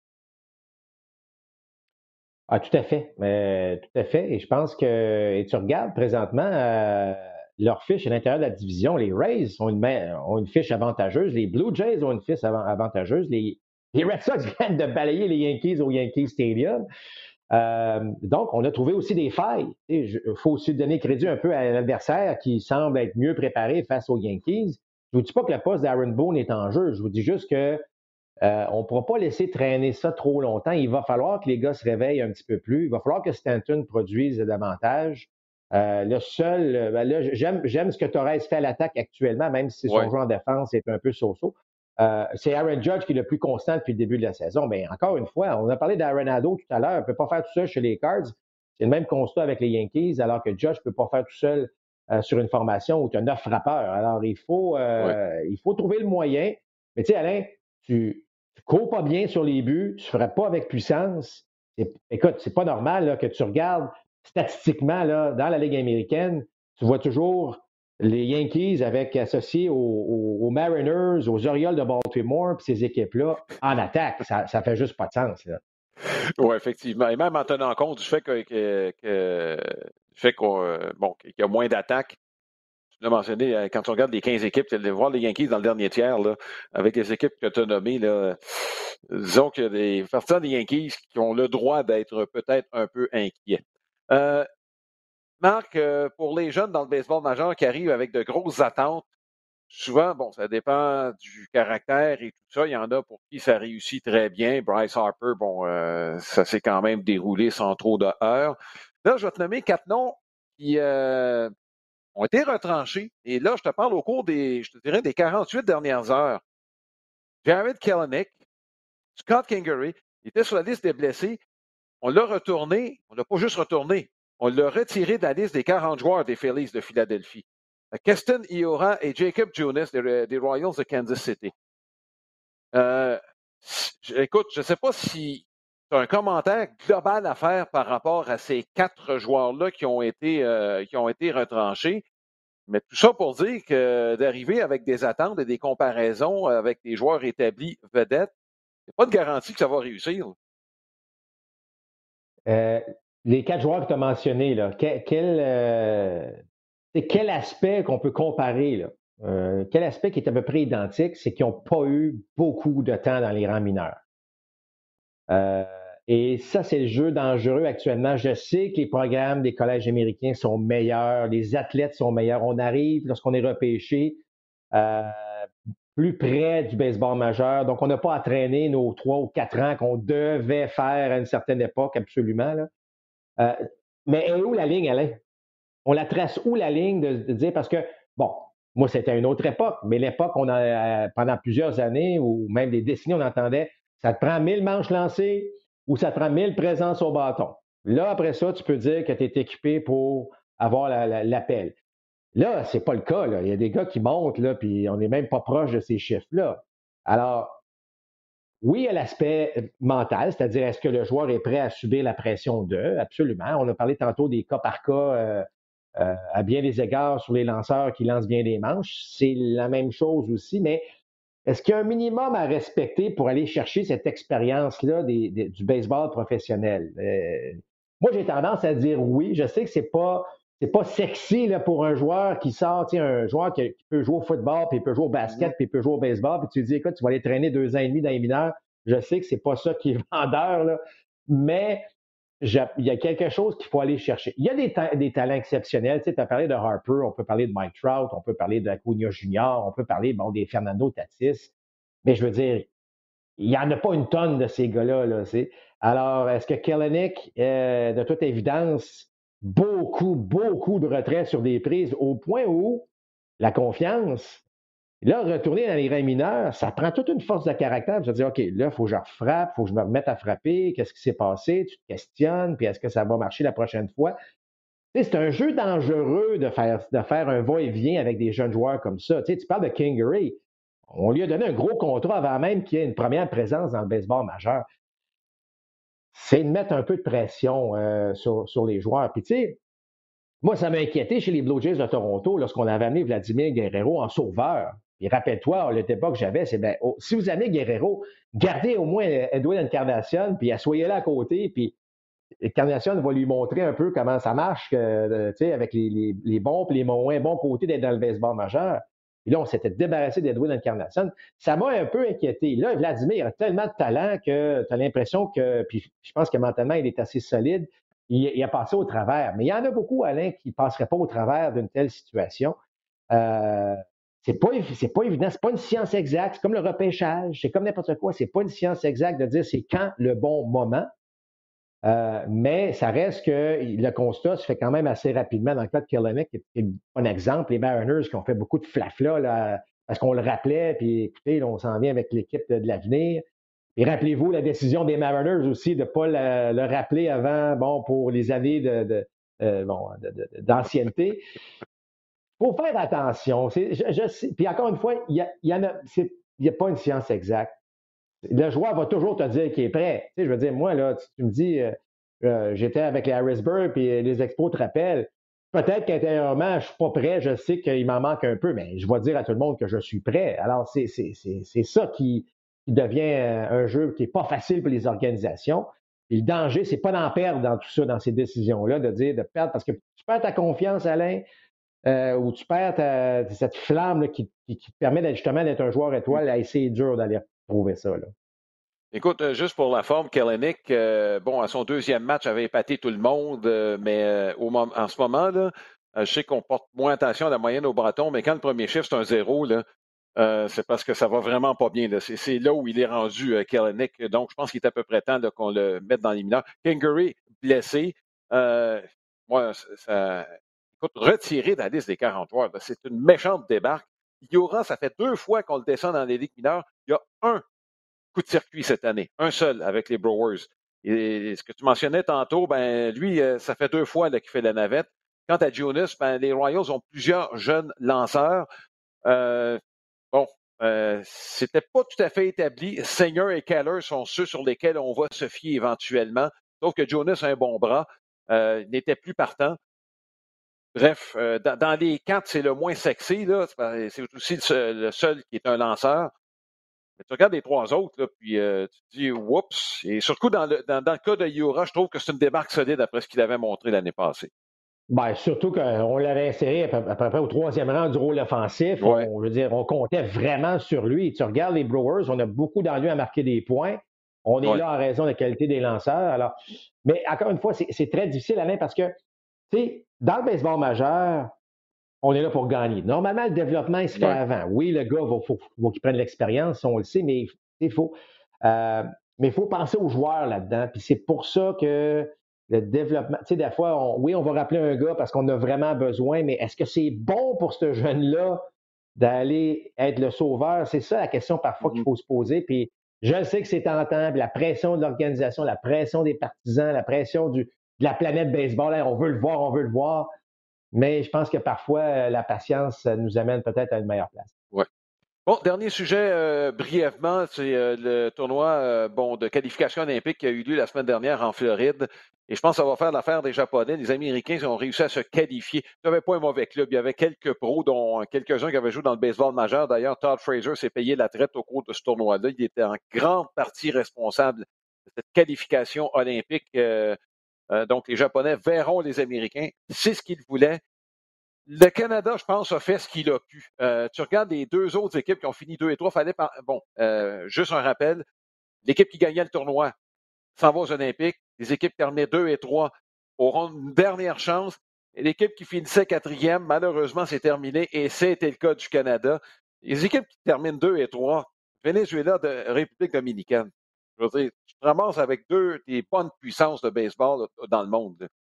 Ah, tout à fait. Tout à fait. Et je pense que, et tu regardes présentement leur fiche à l'intérieur de la division. Les Rays ont une fiche avantageuse. Les Blue Jays ont une fiche avantageuse. Les Red Sox viennent de balayer les Yankees au Yankee Stadium. Donc, on a trouvé aussi des failles. Il faut aussi donner crédit un peu à l'adversaire qui semble être mieux préparé face aux Yankees. Je ne vous dis pas que le poste d'Aaron Boone est en jeu. Je vous dis juste que on ne pourra pas laisser traîner ça trop longtemps. Il va falloir que les gars se réveillent un petit peu plus. Il va falloir que Stanton produise davantage. Le seul, là, j'aime ce que Torres fait à l'attaque actuellement, même si son Ouais. jeu en défense est un peu so-so. C'est Aaron Judge qui est le plus constant depuis le début de la saison. Mais encore une fois, on a parlé d'Arenado tout à l'heure. Il ne peut pas faire tout seul chez les Cards. C'est le même constat avec les Yankees, alors que Judge ne peut pas faire tout seul sur une formation où tu as 9 frappeurs. Alors, il faut trouver le moyen. Mais tu sais, Alain, tu cours pas bien sur les buts, tu ne ferais pas avec puissance. Écoute, c'est pas normal là, que tu regardes statistiquement là, dans la Ligue américaine, tu vois toujours les Yankees associés aux Mariners, aux Orioles de Baltimore, puis ces équipes-là en attaque. Ça ne fait juste pas de sens. Oui, effectivement. Et même en tenant compte du fait qu'il y a moins d'attaques. Tu l'as mentionné, quand tu regardes les 15 équipes, tu vas voir les Yankees dans le dernier tiers, là, avec les équipes que tu as nommées, là, disons qu'il y a des partisans des Yankees qui ont le droit d'être peut-être un peu inquiets. Marc, pour les jeunes dans le baseball majeur qui arrivent avec de grosses attentes, souvent, bon, ça dépend du caractère et tout ça. Il y en a pour qui ça réussit très bien. Bryce Harper, bon, ça s'est quand même déroulé sans trop de heurts. Là, je vais te nommer 4 noms qui ont été retranchés. Et là, je te parle au cours je te dirais, des 48 dernières heures. Jared Kelenic, Scott Kingery, il était sur la liste des blessés. On l'a retourné, on l'a pas juste retourné, on l'a retiré de la liste des 40 joueurs des Phillies de Philadelphie. Keston Hiura et Jacob Junis des Royals de Kansas City. Écoute, je ne sais pas si tu as un commentaire global à faire par rapport à ces 4 joueurs-là qui ont été retranchés. Mais tout ça pour dire que d'arriver avec des attentes et des comparaisons avec des joueurs établis vedettes, c'est pas de garantie que ça va réussir. Euh, les 4 joueurs que tu as mentionnés, là, quel aspect qu'on peut comparer, là? Quel aspect qui est à peu près identique, c'est qu'ils n'ont pas eu beaucoup de temps dans les rangs mineurs. Euh, et ça, c'est le jeu dangereux actuellement. Je sais que les programmes des collèges américains sont meilleurs, les athlètes sont meilleurs. On arrive, lorsqu'on est repêché, euh, plus près du baseball majeur. Donc, on n'a pas à traîner nos 3 ou 4 ans qu'on devait faire à une certaine époque, absolument. Là. Mais où la ligne, Alain? On la trace où la ligne de dire, parce que, bon, moi, c'était une autre époque, mais l'époque, pendant plusieurs années ou même des décennies, on entendait, ça te prend 1000 manches lancées ou ça te prend 1000 présences au bâton. Là, après ça, tu peux dire que tu es équipé pour avoir l'appel. Là, c'est pas le cas. Là. Il y a des gars qui montent, là, puis on n'est même pas proche de ces chiffres-là. Alors, oui, il y a l'aspect mental, c'est-à-dire est-ce que le joueur est prêt à subir la pression d'eux? Absolument. On a parlé tantôt des cas par cas à bien des égards sur les lanceurs qui lancent bien des manches. C'est la même chose aussi, mais est-ce qu'il y a un minimum à respecter pour aller chercher cette expérience-là du baseball professionnel? Moi, j'ai tendance à dire oui. Je sais que c'est pas sexy là, pour un joueur qui sort, un joueur qui peut jouer au football, puis il peut jouer au basket, puis il peut jouer au baseball, puis tu lui dis, écoute, tu vas aller traîner 2 ans et demi dans les mineurs. Je sais que c'est pas ça qui est vendeur, là, mais il y a quelque chose qu'il faut aller chercher. Il y a des talents exceptionnels. Tu sais, as parlé de Harper, on peut parler de Mike Trout, on peut parler d'Acuna Junior, on peut parler des Fernando Tatis. Mais je veux dire, il n'y en a pas une tonne de ces gars-là. Là, alors, est-ce que Kelenic, de toute évidence, beaucoup de retraits sur des prises au point où la confiance, là, retourner dans les rangs mineurs, ça prend toute une force de caractère. Tu vas dire, OK, là, il faut que je frappe, il faut que je me remette à frapper. Qu'est-ce qui s'est passé? Tu te questionnes, puis est-ce que ça va marcher la prochaine fois? Tu sais, c'est un jeu dangereux de faire un va-et-vient avec des jeunes joueurs comme ça. Tu sais, tu parles de Kingery. On lui a donné un gros contrat avant même qu'il y ait une première présence dans le baseball majeur. c'est de mettre un peu de pression sur les joueurs. Puis tu sais, moi, ça m'a inquiété chez les Blue Jays de Toronto lorsqu'on avait amené Vladimir Guerrero en sauveur. Et rappelle-toi, à l'époque que j'avais, c'est si vous amenez Guerrero, gardez au moins Edwin Encarnacion, puis asseyez-le à côté, puis Encarnacion va lui montrer un peu comment ça marche, avec les bons et les moins bons côtés d'être dans le baseball majeur. Et là, on s'était débarrassé d'Edwin Encarnacion. Ça m'a un peu inquiété. Là, Vladimir a tellement de talent que tu as l'impression que, puis je pense que mentalement, il est assez solide. Il a passé au travers. Mais il y en a beaucoup, Alain, qui ne passeraient pas au travers d'une telle situation. Euh, c'est pas évident, c'est pas une science exacte. C'est comme le repêchage, c'est comme n'importe quoi. C'est pas une science exacte de dire c'est quand le bon moment. Mais ça reste que le constat se fait quand même assez rapidement dans le cas de Kelenic, qui est un exemple. Les Mariners qui ont fait beaucoup de flafla là, parce qu'on le rappelait, puis écoutez, là, on s'en vient avec l'équipe de l'avenir. Et rappelez-vous la décision des Mariners aussi de ne pas le rappeler avant, bon, pour les années d'ancienneté. Il faut faire attention. Puis encore une fois, il n'y a pas une science exacte. Le joueur va toujours te dire qu'il est prêt. Tu sais, je veux dire, moi, là, tu me dis, j'étais avec les Harrisburg et les Expos te rappellent. Peut-être qu'intérieurement, je ne suis pas prêt, je sais qu'il m'en manque un peu, mais je vais dire à tout le monde que je suis prêt. Alors, c'est ça qui devient un jeu qui n'est pas facile pour les organisations. Et le danger, c'est pas d'en perdre dans tout ça, dans ces décisions-là, de perdre, parce que tu perds ta confiance, Alain, ou tu perds cette flamme là, qui te permet justement d'être un joueur étoile. C'est dur d'aller trouver ça. Là. Écoute, juste pour la forme, Kellenic, bon, à son deuxième match, avait épaté tout le monde, mais en ce moment, là, je sais qu'on porte moins attention à la moyenne au bâton, mais quand le premier chiffre, c'est un zéro, là, c'est parce que ça va vraiment pas bien. Là. C'est là où il est rendu, Kellenic. Donc, je pense qu'il est à peu près temps là, qu'on le mette dans les mineurs. Kingery, blessé. Euh, moi, écoute, retiré de la liste des 40 joueurs, là, c'est une méchante débarque. Yora, ça fait 2 fois qu'on le descend dans les ligues mineures. Il y a un coup de circuit cette année, un seul avec les Brewers. Et ce que tu mentionnais tantôt, ben lui, ça fait 2 fois qu'il fait la navette. Quant à Jonas, ben, les Royals ont plusieurs jeunes lanceurs. Euh, bon, c'était pas tout à fait établi. Singer et Keller sont ceux sur lesquels on va se fier éventuellement. Sauf que Jonas a un bon bras, n'était plus partant. Bref, dans les quatre, c'est le moins sexy. Là. C'est aussi le seul qui est un lanceur. Mais tu regardes les 3 autres, là, puis tu te dis, oups. Et surtout dans le cas de Yura, je trouve que c'est une démarque solide après ce qu'il avait montré l'année passée. Ben, surtout qu'on l'avait inséré à peu près au troisième rang du rôle offensif. Ouais. Je veux dire, on comptait vraiment sur lui. Tu regardes les Brewers, on a beaucoup d'ennuis à marquer des points. On est Ouais. là en raison de la qualité des lanceurs. Alors, mais encore une fois, c'est très difficile, Alain, parce que, tu sais, dans le baseball majeur, on est là pour gagner. Normalement, le développement, il se fait Ouais. avant. Oui, le gars, faut qu'il prenne l'expérience, on le sait, mais il faut, euh, mais il faut penser aux joueurs là-dedans. Puis c'est pour ça que le développement, tu sais, des fois, oui, on va rappeler un gars parce qu'on a vraiment besoin, mais est-ce que c'est bon pour ce jeune-là d'aller être le sauveur? C'est ça la question parfois qu'il Mhm. faut se poser. Puis je sais que c'est tentant, puis la pression de l'organisation, la pression des partisans, la pression de la planète baseball, hein, on veut le voir, on veut le voir. Mais je pense que parfois, la patience nous amène peut-être à une meilleure place. Ouais. Bon, dernier sujet, brièvement, c'est le tournoi bon, de qualification olympique qui a eu lieu la semaine dernière en Floride. Et je pense que ça va faire l'affaire des Japonais. Les Américains ont réussi à se qualifier. Il n'y avait pas un mauvais club. Il y avait quelques pros, dont quelques-uns qui avaient joué dans le baseball majeur. D'ailleurs, Todd Frazier s'est payé la traite au cours de ce tournoi-là. Il était en grande partie responsable de cette qualification olympique. Donc, les Japonais verront les Américains. C'est ce qu'ils voulaient. Le Canada, je pense, a fait ce qu'il a pu. Tu regardes les 2 autres équipes qui ont fini 2 et 3. Bon, juste un rappel. L'équipe qui gagnait le tournoi s'en va aux Olympiques. Les équipes qui terminaient 2 et 3 auront une dernière chance. Et l'équipe qui finissait quatrième, malheureusement, c'est terminé. Et c'était le cas du Canada. Les équipes qui terminent 2 et 3, Venezuela de République dominicaine. Je veux dire, tu te ramasses avec des bonnes puissances de baseball là, dans le monde. Là.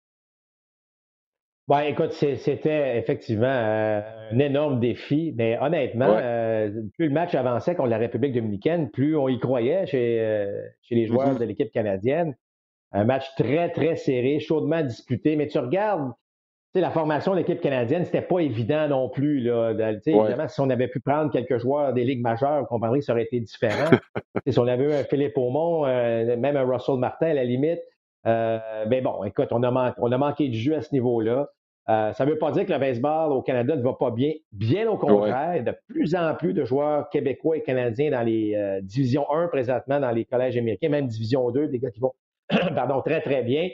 Bon, écoute, c'était effectivement un énorme défi, mais honnêtement, Ouais. plus le match avançait contre la République dominicaine, plus on y croyait chez les joueurs Mhm. de l'équipe canadienne. Un match très, très serré, chaudement disputé, mais tu regardes, la formation de l'équipe canadienne, c'était pas évident non plus. Là. Ouais. Évidemment, si on avait pu prendre quelques joueurs des ligues majeures, vous comprendrez que ça aurait été différent. Si on avait eu un Philippe Aumont, même un Russell Martin à la limite, mais bon, écoute, on a manqué de jeu à ce niveau-là. Ça ne veut pas dire que le baseball au Canada ne va pas bien. Bien au Ouais. contraire, de plus en plus de joueurs québécois et canadiens dans les divisions 1 présentement, dans les collèges américains, même division 2, des gars qui vont pardon, très, très bien.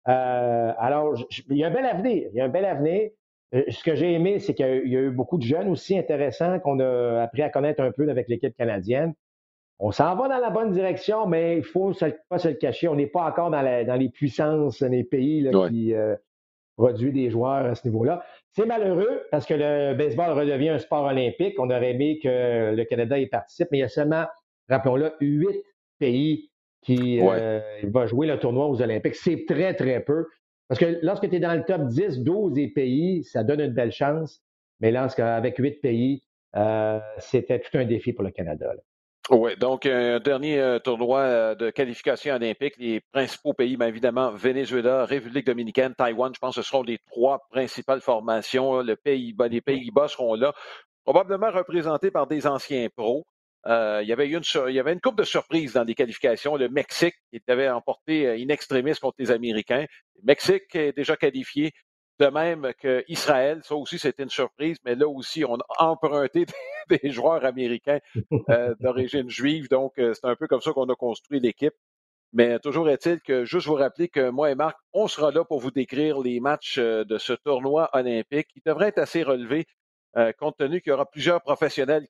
Alors, il y a un bel avenir. Il y a un bel avenir. Ce que j'ai aimé, c'est qu'il y a eu beaucoup de jeunes aussi intéressants qu'on a appris à connaître un peu avec l'équipe canadienne. On s'en va dans la bonne direction, mais il ne faut pas se le cacher. On n'est pas encore dans les puissances, les pays là, Ouais. qui produisent des joueurs à ce niveau-là. C'est malheureux parce que le baseball redevient un sport olympique. On aurait aimé que le Canada y participe, mais il y a seulement, rappelons-le, 8 pays qui Ouais. vont jouer le tournoi aux Olympiques. C'est très, très peu. Parce que lorsque tu es dans le top 10, 12 des pays, ça donne une belle chance. Mais là, avec 8 pays, c'était tout un défi pour le Canada. Là. Oui, donc un dernier tournoi de qualification olympique. Les principaux pays, bien évidemment, Venezuela, République dominicaine, Taïwan, je pense que ce seront les trois principales formations. Les Pays-Bas seront là, probablement représentés par des anciens pros. Il y avait une couple de surprises dans les qualifications. Le Mexique, qui avait emporté in extremis contre les Américains. Le Mexique est déjà qualifié. De même qu'Israël, ça aussi c'était une surprise, mais là aussi on a emprunté des joueurs américains d'origine juive, donc c'est un peu comme ça qu'on a construit l'équipe. Mais toujours est-il que, juste vous rappeler que moi et Marc, on sera là pour vous décrire les matchs de ce tournoi olympique qui devrait être assez relevé, compte tenu qu'il y aura plusieurs professionnels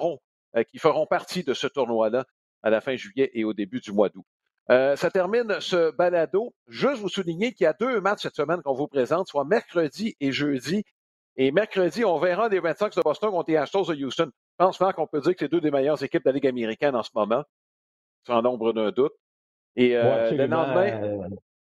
qui feront partie de ce tournoi-là à la fin juillet et au début du mois d'août. Ça termine ce balado. Juste vous souligner qu'il y a 2 matchs cette semaine qu'on vous présente, soit mercredi et jeudi. Et mercredi, on verra les 25 de Boston contre les Astros de Houston. Je pense qu'on peut dire que c'est 2 des meilleures équipes de la Ligue américaine en ce moment, sans nombre d'un doute. Et Oui, le lendemain, absolument.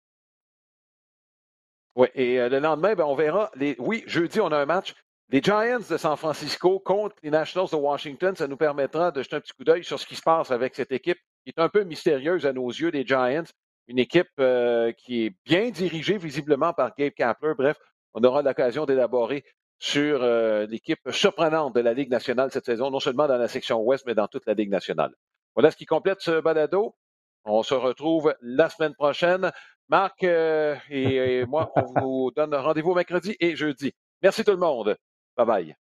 le lendemain, ben, on verra. Oui, jeudi, on a un match. Les Giants de San Francisco contre les Nationals de Washington, ça nous permettra de jeter un petit coup d'œil sur ce qui se passe avec cette équipe qui est un peu mystérieuse à nos yeux, les Giants. Une équipe qui est bien dirigée visiblement par Gabe Kapler. Bref, on aura l'occasion d'élaborer sur l'équipe surprenante de la Ligue nationale cette saison, non seulement dans la section ouest, mais dans toute la Ligue nationale. Voilà ce qui complète ce balado. On se retrouve la semaine prochaine. Marc et moi, on vous donne rendez-vous mercredi et jeudi. Merci tout le monde. Bye bye.